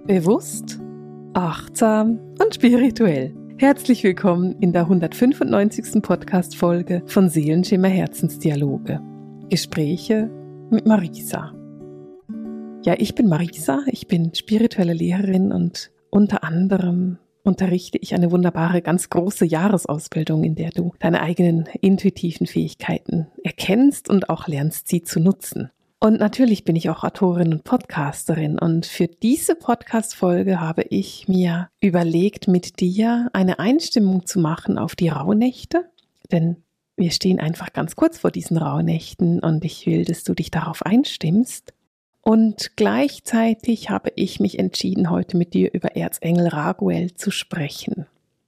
Bewusst, achtsam und spirituell. Herzlich willkommen in der 195. Podcast-Folge von Seelenschimmer Herzensdialoge. Gespräche mit Marisa. Ja, ich bin Marisa, ich bin spirituelle Lehrerin und unter anderem unterrichte ich eine wunderbare, ganz große Jahresausbildung, in der du deine eigenen intuitiven Fähigkeiten erkennst und auch lernst, sie zu nutzen. Und natürlich bin ich auch Autorin und Podcasterin und für diese Podcast-Folge habe ich mir überlegt, mit dir eine Einstimmung zu machen auf die Rauhnächte, denn wir stehen einfach ganz kurz vor diesen Rauhnächten und ich will, dass du dich darauf einstimmst. Und gleichzeitig habe ich mich entschieden, heute mit dir über Erzengel Raguel zu sprechen.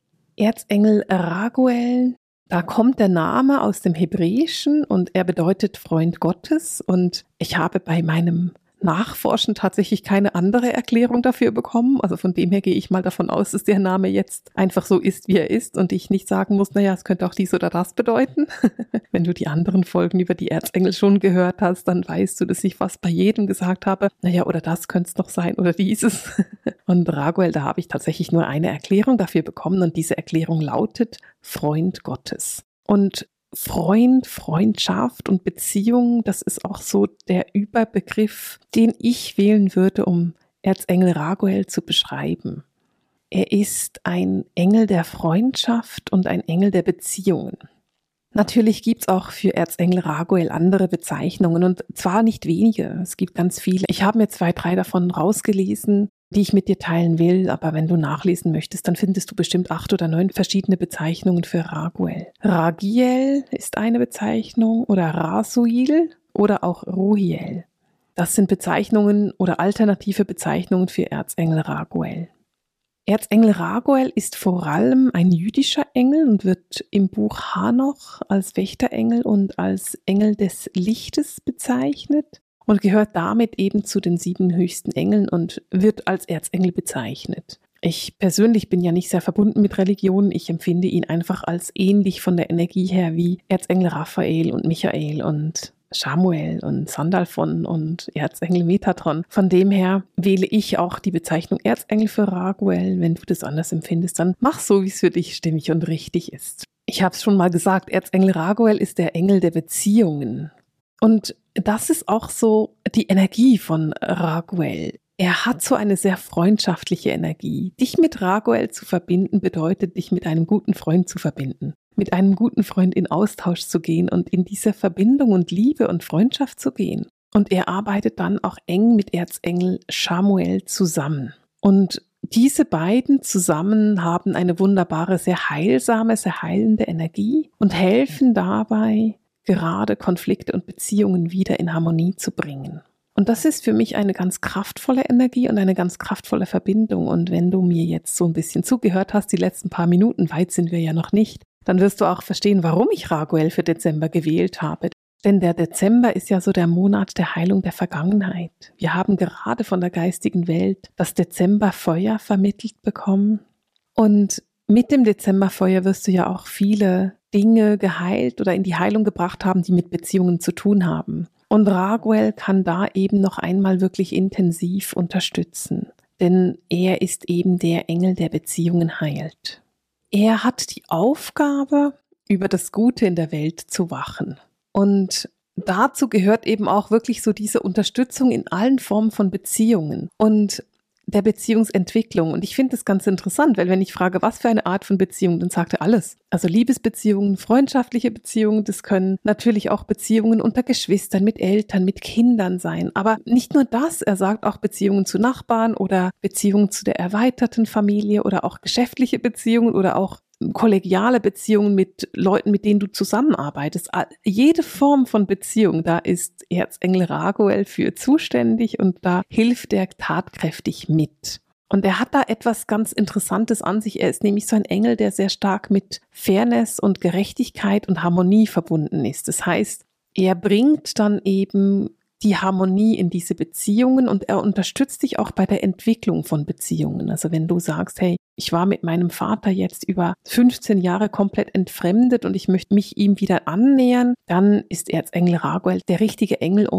Erzengel Raguel, da kommt der Name aus dem Hebräischen und er bedeutet Freund Gottes. Und ich habe bei meinem Nachforschen tatsächlich keine andere Erklärung dafür bekommen. Also von dem her gehe ich mal davon aus, dass der Name jetzt einfach so ist, wie er ist und ich nicht sagen muss, naja, es könnte auch dies oder das bedeuten. Wenn du die anderen Folgen über die Erzengel schon gehört hast, dann weißt du, dass ich fast bei jedem gesagt habe, naja, oder das könnte es noch sein oder dieses. Und Raguel, da habe ich tatsächlich nur eine Erklärung dafür bekommen und diese Erklärung lautet Freund Gottes. Und Freund, Freundschaft und Beziehung, das ist auch so der Überbegriff, den ich wählen würde, um Erzengel Raguel zu beschreiben. Er ist ein Engel der Freundschaft und ein Engel der Beziehungen. Natürlich gibt es auch für Erzengel Raguel andere Bezeichnungen und zwar nicht wenige, es gibt ganz viele. Ich habe mir 2, 3 davon rausgelesen, die ich mit dir teilen will, aber wenn du nachlesen möchtest, dann findest du bestimmt 8 oder 9 verschiedene Bezeichnungen für Raguel. Ragiel ist eine Bezeichnung oder Rasuil oder auch Ruhiel. Das sind Bezeichnungen oder alternative Bezeichnungen für Erzengel Raguel. Erzengel Raguel ist vor allem ein jüdischer Engel und wird im Buch Hanoch als Wächterengel und als Engel des Lichtes bezeichnet und gehört damit eben zu den 7 höchsten Engeln und wird als Erzengel bezeichnet. Ich persönlich bin ja nicht sehr verbunden mit Religionen, ich empfinde ihn einfach als ähnlich von der Energie her wie Erzengel Raphael und Michael und Samuel und Sandalphon und Erzengel Metatron. Von dem her wähle ich auch die Bezeichnung Erzengel für Raguel. Wenn du das anders empfindest, dann mach so, wie es für dich stimmig und richtig ist. Ich habe es schon mal gesagt, Erzengel Raguel ist der Engel der Beziehungen. Und das ist auch so die Energie von Raguel. Er hat so eine sehr freundschaftliche Energie. Dich mit Raguel zu verbinden, bedeutet, dich mit einem guten Freund zu verbinden. Mit einem guten Freund in Austausch zu gehen und in diese Verbindung und Liebe und Freundschaft zu gehen. Und er arbeitet dann auch eng mit Erzengel Samuel zusammen. Und diese beiden zusammen haben eine wunderbare, sehr heilsame, sehr heilende Energie und helfen dabei, gerade Konflikte und Beziehungen wieder in Harmonie zu bringen. Und das ist für mich eine ganz kraftvolle Energie und eine ganz kraftvolle Verbindung. Und wenn du mir jetzt so ein bisschen zugehört hast, die letzten paar Minuten, weit sind wir ja noch nicht, dann wirst du auch verstehen, warum ich Raguel für Dezember gewählt habe. Denn der Dezember ist ja so der Monat der Heilung der Vergangenheit. Wir haben gerade von der geistigen Welt das Dezemberfeuer vermittelt bekommen. Und mit dem Dezemberfeuer wirst du ja auch viele Dinge geheilt oder in die Heilung gebracht haben, die mit Beziehungen zu tun haben. Und Raguel kann da eben noch einmal wirklich intensiv unterstützen, denn er ist eben der Engel, der Beziehungen heilt. Er hat die Aufgabe, über das Gute in der Welt zu wachen. Und dazu gehört eben auch wirklich so diese Unterstützung in allen Formen von Beziehungen und der Beziehungsentwicklung. Und ich finde das ganz interessant, weil wenn ich frage, was für eine Art von Beziehung, dann sagt er alles. Also Liebesbeziehungen, freundschaftliche Beziehungen, das können natürlich auch Beziehungen unter Geschwistern, mit Eltern, mit Kindern sein. Aber nicht nur das, er sagt auch Beziehungen zu Nachbarn oder Beziehungen zu der erweiterten Familie oder auch geschäftliche Beziehungen oder auch kollegiale Beziehungen mit Leuten, mit denen du zusammenarbeitest. Jede Form von Beziehung, da ist Erzengel Raguel für zuständig und da hilft er tatkräftig mit. Und er hat da etwas ganz Interessantes an sich. Er ist nämlich so ein Engel, der sehr stark mit Fairness und Gerechtigkeit und Harmonie verbunden ist. Das heißt, er bringt dann eben die Harmonie in diese Beziehungen und er unterstützt dich auch bei der Entwicklung von Beziehungen. Also wenn du sagst, hey, ich war mit meinem Vater jetzt über 15 Jahre komplett entfremdet und ich möchte mich ihm wieder annähern, dann ist Erzengel Raguel der richtige Engel, um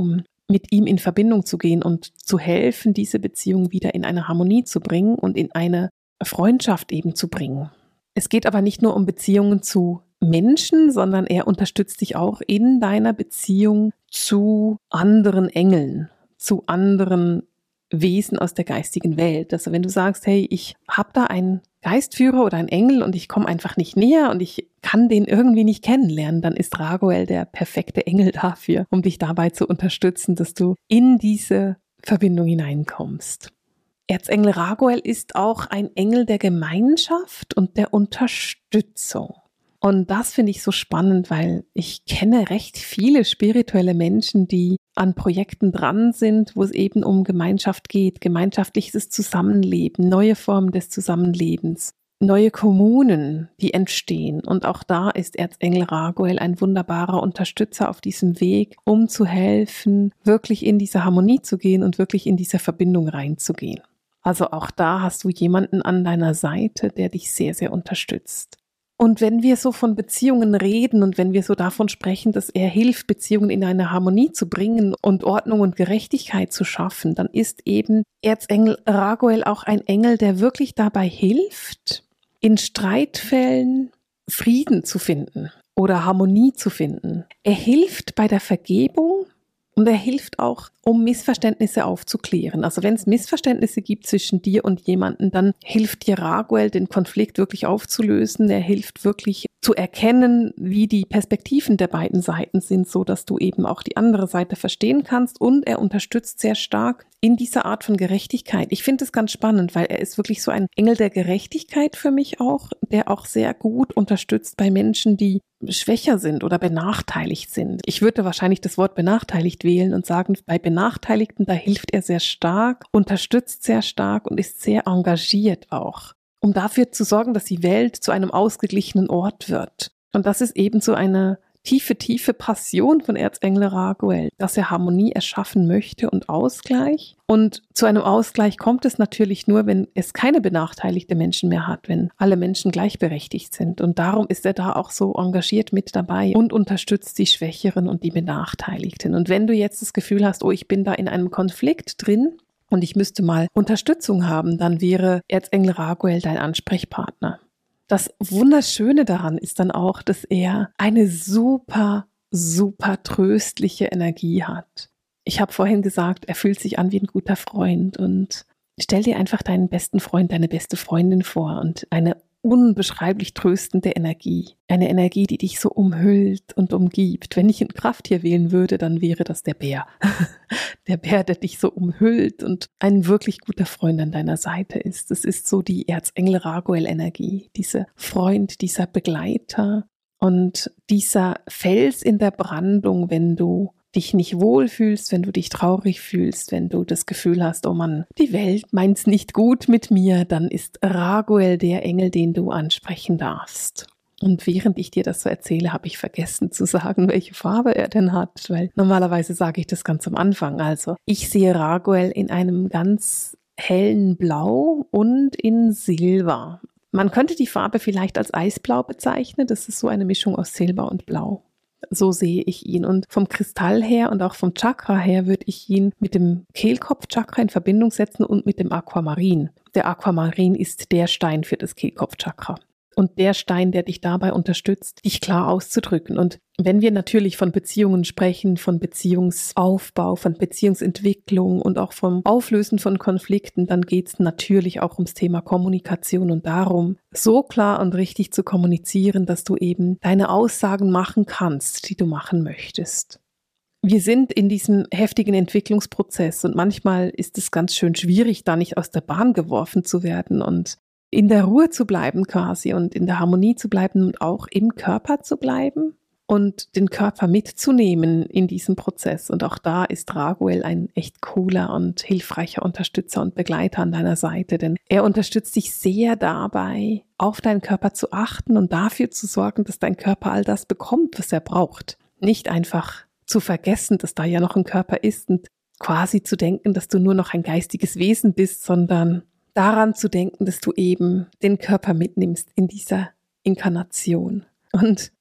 mit ihm in Verbindung zu gehen und zu helfen, diese Beziehung wieder in eine Harmonie zu bringen und in eine Freundschaft eben zu bringen. Es geht aber nicht nur um Beziehungen zu Menschen, sondern er unterstützt dich auch in deiner Beziehung zu anderen Engeln, zu anderen Wesen aus der geistigen Welt. Also wenn du sagst, hey, ich habe da einen Geistführer oder einen Engel und ich komme einfach nicht näher und ich kann den irgendwie nicht kennenlernen, dann ist Raguel der perfekte Engel dafür, um dich dabei zu unterstützen, dass du in diese Verbindung hineinkommst. Erzengel Raguel ist auch ein Engel der Gemeinschaft und der Unterstützung. Und das finde ich so spannend, weil ich kenne recht viele spirituelle Menschen, die an Projekten dran sind, wo es eben um Gemeinschaft geht, gemeinschaftliches Zusammenleben, neue Formen des Zusammenlebens, neue Kommunen, die entstehen. Und auch da ist Erzengel Raguel ein wunderbarer Unterstützer auf diesem Weg, um zu helfen, wirklich in diese Harmonie zu gehen und wirklich in diese Verbindung reinzugehen. Also auch da hast du jemanden an deiner Seite, der dich sehr, sehr unterstützt. Und wenn wir so von Beziehungen reden und wenn wir so davon sprechen, dass er hilft, Beziehungen in eine Harmonie zu bringen und Ordnung und Gerechtigkeit zu schaffen, dann ist eben Erzengel Raguel auch ein Engel, der wirklich dabei hilft, in Streitfällen Frieden zu finden oder Harmonie zu finden. Er hilft bei der Vergebung und er hilft auch, um Missverständnisse aufzuklären. Also wenn es Missverständnisse gibt zwischen dir und jemandem, dann hilft dir Raguel, den Konflikt wirklich aufzulösen. Er hilft wirklich zu erkennen, wie die Perspektiven der beiden Seiten sind, so dass du eben auch die andere Seite verstehen kannst. Und er unterstützt sehr stark in dieser Art von Gerechtigkeit. Ich finde es ganz spannend, weil er ist wirklich so ein Engel der Gerechtigkeit für mich auch, der auch sehr gut unterstützt bei Menschen, die schwächer sind oder benachteiligt sind. Ich würde wahrscheinlich das Wort benachteiligt wählen und sagen, bei Benachteiligten, da hilft er sehr stark, unterstützt sehr stark und ist sehr engagiert auch, um dafür zu sorgen, dass die Welt zu einem ausgeglichenen Ort wird. Und das ist eben so eine tiefe, tiefe Passion von Erzengel Raguel, dass er Harmonie erschaffen möchte und Ausgleich. Und zu einem Ausgleich kommt es natürlich nur, wenn es keine benachteiligten Menschen mehr hat, wenn alle Menschen gleichberechtigt sind. Und darum ist er da auch so engagiert mit dabei und unterstützt die Schwächeren und die Benachteiligten. Und wenn du jetzt das Gefühl hast, oh, ich bin da in einem Konflikt drin und ich müsste mal Unterstützung haben, dann wäre Erzengel Raguel dein Ansprechpartner. Das Wunderschöne daran ist dann auch, dass er eine super, super tröstliche Energie hat. Ich habe vorhin gesagt, er fühlt sich an wie ein guter Freund und stell dir einfach deinen besten Freund, deine beste Freundin vor und eine unbeschreiblich tröstende Energie. Eine Energie, die dich so umhüllt und umgibt. Wenn ich ein Krafttier wählen würde, dann wäre das der Bär. Der Bär, der dich so umhüllt und ein wirklich guter Freund an deiner Seite ist. Das ist so die Erzengel Raguel-Energie. Dieser Freund, dieser Begleiter und dieser Fels in der Brandung, wenn du dich nicht wohlfühlst, wenn du dich traurig fühlst, wenn du das Gefühl hast, oh Mann, die Welt meint's nicht gut mit mir, dann ist Raguel der Engel, den du ansprechen darfst. Und während ich dir das so erzähle, habe ich vergessen zu sagen, welche Farbe er denn hat, weil normalerweise sage ich das ganz am Anfang. Also ich sehe Raguel in einem ganz hellen Blau und in Silber. Man könnte die Farbe vielleicht als Eisblau bezeichnen. Das ist so eine Mischung aus Silber und Blau. So sehe ich ihn. Und vom Kristall her und auch vom Chakra her würde ich ihn mit dem Kehlkopfchakra in Verbindung setzen und mit dem Aquamarin. Der Aquamarin ist der Stein für das Kehlkopfchakra. Und der Stein, der dich dabei unterstützt, dich klar auszudrücken. Und wenn wir natürlich von Beziehungen sprechen, von Beziehungsaufbau, von Beziehungsentwicklung und auch vom Auflösen von Konflikten, dann geht es natürlich auch ums Thema Kommunikation und darum, so klar und richtig zu kommunizieren, dass du eben deine Aussagen machen kannst, die du machen möchtest. Wir sind in diesem heftigen Entwicklungsprozess und manchmal ist es ganz schön schwierig, da nicht aus der Bahn geworfen zu werden und in der Ruhe zu bleiben quasi und in der Harmonie zu bleiben und auch im Körper zu bleiben und den Körper mitzunehmen in diesem Prozess. Und auch da ist Raguel ein echt cooler und hilfreicher Unterstützer und Begleiter an deiner Seite, denn er unterstützt dich sehr dabei, auf deinen Körper zu achten und dafür zu sorgen, dass dein Körper all das bekommt, was er braucht. Nicht einfach zu vergessen, dass da ja noch ein Körper ist und quasi zu denken, dass du nur noch ein geistiges Wesen bist, sondern daran zu denken, dass du eben den Körper mitnimmst in dieser Inkarnation. Und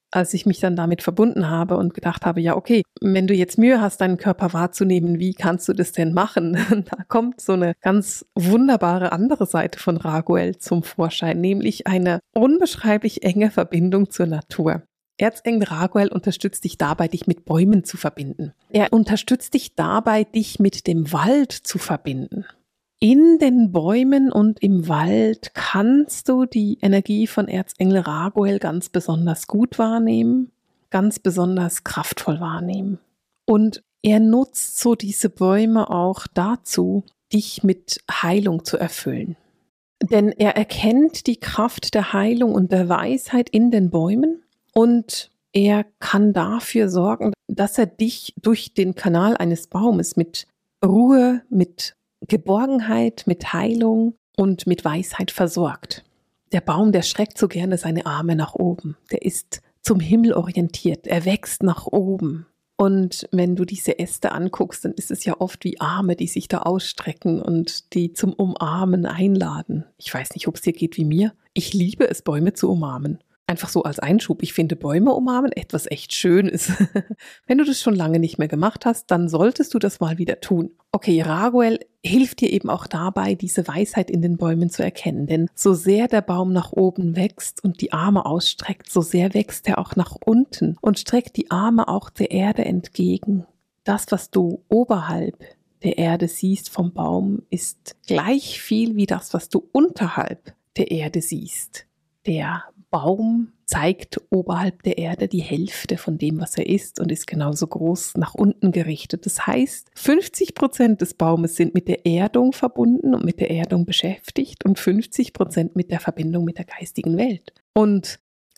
als ich mich dann damit verbunden habe und gedacht habe, ja okay, wenn du jetzt Mühe hast, deinen Körper wahrzunehmen, wie kannst du das denn machen? Da kommt so eine ganz wunderbare andere Seite von Raguel zum Vorschein, nämlich eine unbeschreiblich enge Verbindung zur Natur. Erzengel Raguel unterstützt dich dabei, dich mit Bäumen zu verbinden. Er unterstützt dich dabei, dich mit dem Wald zu verbinden. In den Bäumen und im Wald kannst du die Energie von Erzengel Raguel ganz besonders gut wahrnehmen, ganz besonders kraftvoll wahrnehmen. Und er nutzt so diese Bäume auch dazu, dich mit Heilung zu erfüllen. Denn er erkennt die Kraft der Heilung und der Weisheit in den Bäumen und er kann dafür sorgen, dass er dich durch den Kanal eines Baumes mit Ruhe, mit Geborgenheit, mit Heilung und mit Weisheit versorgt. Der Baum, der streckt so gerne seine Arme nach oben. Der ist zum Himmel orientiert. Er wächst nach oben. Und wenn du diese Äste anguckst, dann ist es ja oft wie Arme, die sich da ausstrecken und die zum Umarmen einladen. Ich weiß nicht, ob es dir geht wie mir. Ich liebe es, Bäume zu umarmen. Einfach so als Einschub. Ich finde Bäume umarmen etwas echt Schönes. Wenn du das schon lange nicht mehr gemacht hast, dann solltest du das mal wieder tun. Okay, Raguel hilft dir eben auch dabei, diese Weisheit in den Bäumen zu erkennen. Denn so sehr der Baum nach oben wächst und die Arme ausstreckt, so sehr wächst er auch nach unten und streckt die Arme auch der Erde entgegen. Das, was du oberhalb der Erde siehst vom Baum, ist gleich viel wie das, was du unterhalb der Erde siehst. Der Baum zeigt oberhalb der Erde die Hälfte von dem, was er ist und ist genauso groß nach unten gerichtet. Das heißt, 50% des Baumes sind mit der Erdung verbunden und mit der Erdung beschäftigt und 50% mit der Verbindung mit der geistigen Welt. Und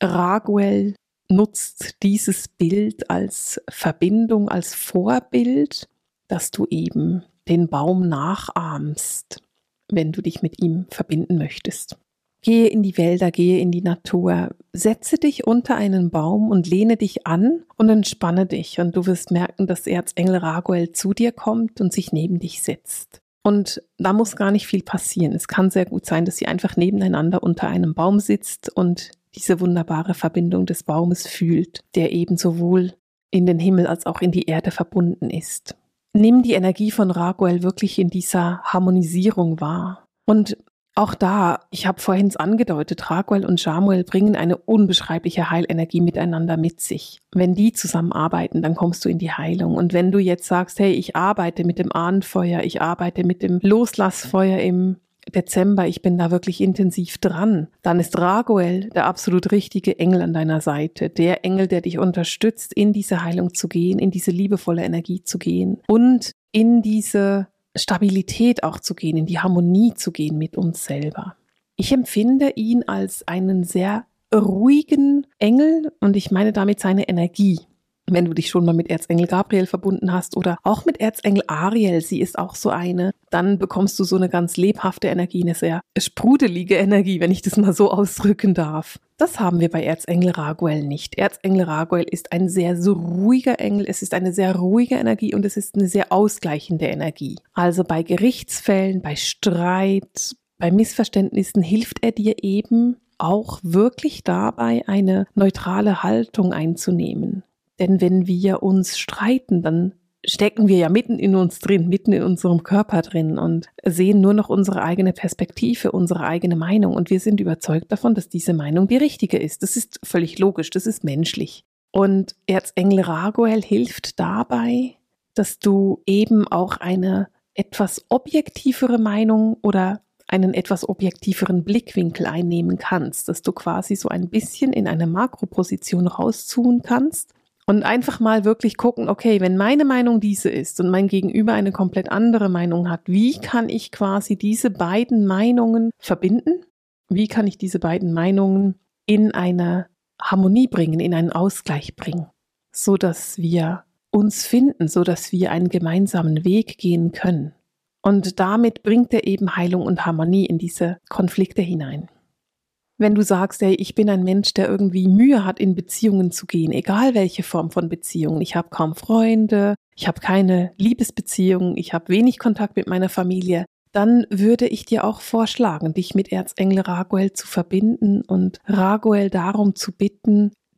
Raguel nutzt dieses Bild als Verbindung, als Vorbild, dass du eben den Baum nachahmst, wenn du dich mit ihm verbinden möchtest. Gehe in die Wälder, gehe in die Natur, setze dich unter einen Baum und lehne dich an und entspanne dich. Und du wirst merken, dass Erzengel Raguel zu dir kommt und sich neben dich setzt. Und da muss gar nicht viel passieren. Es kann sehr gut sein, dass ihr einfach nebeneinander unter einem Baum sitzt und diese wunderbare Verbindung des Baumes fühlt, der eben sowohl in den Himmel als auch in die Erde verbunden ist. Nimm die Energie von Raguel wirklich in dieser Harmonisierung wahr. Und auch da, ich habe vorhin es angedeutet, Raguel und Samuel bringen eine unbeschreibliche Heilenergie miteinander mit sich. Wenn die zusammenarbeiten, dann kommst du in die Heilung. Und wenn du jetzt sagst, hey, ich arbeite mit dem Ahnenfeuer, ich arbeite mit dem Loslassfeuer im Dezember, ich bin da wirklich intensiv dran, dann ist Raguel der absolut richtige Engel an deiner Seite. Der Engel, der dich unterstützt, in diese Heilung zu gehen, in diese liebevolle Energie zu gehen und in diese Stabilität auch zu gehen, in die Harmonie zu gehen mit uns selber. Ich empfinde ihn als einen sehr ruhigen Engel und ich meine damit seine Energie. Wenn du dich schon mal mit Erzengel Gabriel verbunden hast oder auch mit Erzengel Ariel, sie ist auch so eine, dann bekommst du so eine ganz lebhafte Energie, eine sehr sprudelige Energie, wenn ich das mal so ausdrücken darf. Das haben wir bei Erzengel Raguel nicht. Erzengel Raguel ist ein sehr so ruhiger Engel, es ist eine sehr ruhige Energie und es ist eine sehr ausgleichende Energie. Also bei Gerichtsfällen, bei Streit, bei Missverständnissen hilft er dir eben auch wirklich dabei, eine neutrale Haltung einzunehmen. Denn wenn wir uns streiten, dann stecken wir ja mitten in uns drin, mitten in unserem Körper drin und sehen nur noch unsere eigene Perspektive, unsere eigene Meinung. Und wir sind überzeugt davon, dass diese Meinung die richtige ist. Das ist völlig logisch, das ist menschlich. Und Erzengel Raguel hilft dabei, dass du eben auch eine etwas objektivere Meinung oder einen etwas objektiveren Blickwinkel einnehmen kannst, dass du quasi so ein bisschen in eine Makroposition rauszoomen kannst. Und einfach mal wirklich gucken, okay, wenn meine Meinung diese ist und mein Gegenüber eine komplett andere Meinung hat, wie kann ich quasi diese beiden Meinungen verbinden? Wie kann ich diese beiden Meinungen in eine Harmonie bringen, in einen Ausgleich bringen, so dass wir uns finden, so dass wir einen gemeinsamen Weg gehen können? Und damit bringt er eben Heilung und Harmonie in diese Konflikte hinein. Wenn du sagst, hey, ich bin ein Mensch, der irgendwie Mühe hat, in Beziehungen zu gehen, egal welche Form von Beziehungen, ich habe kaum Freunde, ich habe keine Liebesbeziehungen, ich habe wenig Kontakt mit meiner Familie, dann würde ich dir auch vorschlagen, dich mit Erzengel Raguel zu verbinden und Raguel darum zu bitten,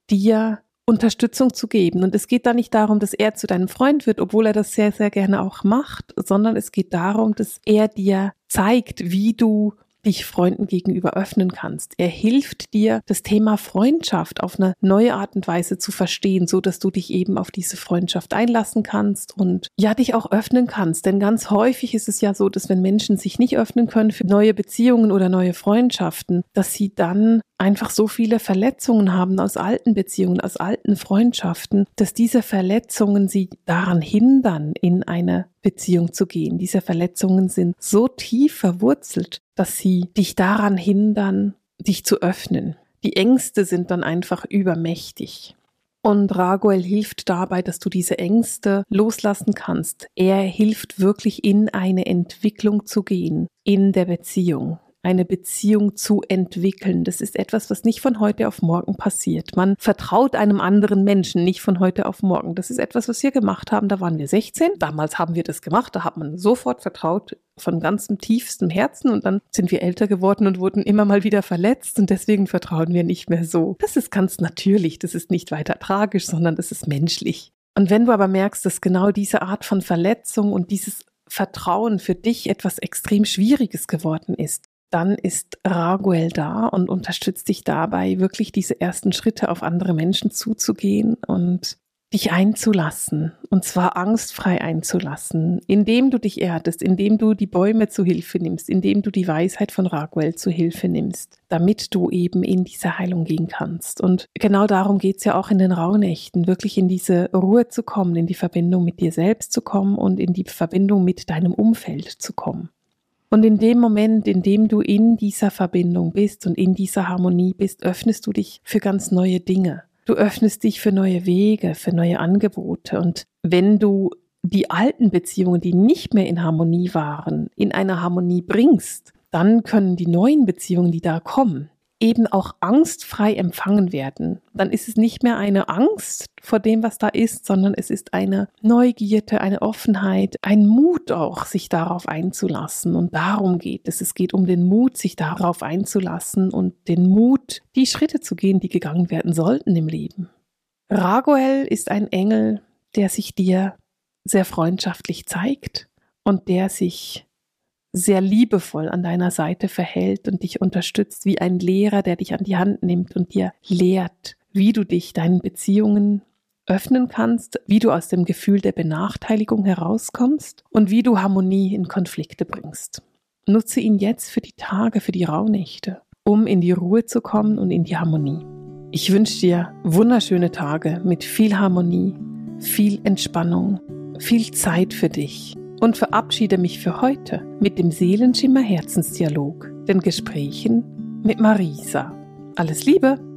dir Unterstützung zu geben. Und es geht da nicht darum, dass er zu deinem Freund wird, obwohl er das sehr, sehr gerne auch macht, sondern es geht darum, dass er dir zeigt, wie du dich Freunden gegenüber öffnen kannst. Er hilft dir, das Thema Freundschaft auf eine neue Art und Weise zu verstehen, so dass du dich eben auf diese Freundschaft einlassen kannst und ja, dich auch öffnen kannst. Denn ganz häufig ist es ja so, dass wenn Menschen sich nicht öffnen können für neue Beziehungen oder neue Freundschaften, dass sie dann einfach so viele Verletzungen haben aus alten Beziehungen, aus alten Freundschaften, dass diese Verletzungen sie daran hindern, in eine Beziehung zu gehen. Diese Verletzungen sind so tief verwurzelt, dass sie dich daran hindern, dich zu öffnen. Die Ängste sind dann einfach übermächtig. Und Raguel hilft dabei, dass du diese Ängste loslassen kannst. Er hilft wirklich, in eine Entwicklung zu gehen, in der Beziehung. Eine Beziehung zu entwickeln. Das ist etwas, was nicht von heute auf morgen passiert. Man vertraut einem anderen Menschen nicht von heute auf morgen. Das ist etwas, was wir gemacht haben. Da waren wir 16. Damals haben wir das gemacht. Da hat man sofort vertraut von ganzem tiefstem Herzen. Und dann sind wir älter geworden und wurden immer mal wieder verletzt. Und deswegen vertrauen wir nicht mehr so. Das ist ganz natürlich. Das ist nicht weiter tragisch, sondern das ist menschlich. Und wenn du aber merkst, dass genau diese Art von Verletzung und dieses Vertrauen für dich etwas extrem Schwieriges geworden ist, dann ist Raguel da und unterstützt dich dabei, wirklich diese ersten Schritte auf andere Menschen zuzugehen und dich einzulassen. Und zwar angstfrei einzulassen, indem du dich erdest, indem du die Bäume zu Hilfe nimmst, indem du die Weisheit von Raguel zu Hilfe nimmst, damit du eben in diese Heilung gehen kannst. Und genau darum geht es ja auch in den Rauhnächten, wirklich in diese Ruhe zu kommen, in die Verbindung mit dir selbst zu kommen und in die Verbindung mit deinem Umfeld zu kommen. Und in dem Moment, in dem du in dieser Verbindung bist und in dieser Harmonie bist, öffnest du dich für ganz neue Dinge. Du öffnest dich für neue Wege, für neue Angebote. Und wenn du die alten Beziehungen, die nicht mehr in Harmonie waren, in eine Harmonie bringst, dann können die neuen Beziehungen, die da kommen, eben auch angstfrei empfangen werden. Dann ist es nicht mehr eine Angst vor dem, was da ist, sondern es ist eine Neugierde, eine Offenheit, ein Mut auch, sich darauf einzulassen. Und darum geht es. Es geht um den Mut, sich darauf einzulassen und den Mut, die Schritte zu gehen, die gegangen werden sollten im Leben. Raguel ist ein Engel, der sich dir sehr freundschaftlich zeigt und der sich sehr liebevoll an deiner Seite verhält und dich unterstützt wie ein Lehrer, der dich an die Hand nimmt und dir lehrt, wie du dich deinen Beziehungen öffnen kannst, wie du aus dem Gefühl der Benachteiligung herauskommst und wie du Harmonie in Konflikte bringst. Nutze ihn jetzt für die Tage, für die Rauhnächte, um in die Ruhe zu kommen und in die Harmonie. Ich wünsche dir wunderschöne Tage mit viel Harmonie, viel Entspannung, viel Zeit für dich. Und verabschiede mich für heute mit dem Seelenschimmer Herzensdialog, den Gesprächen mit Marisa. Alles Liebe!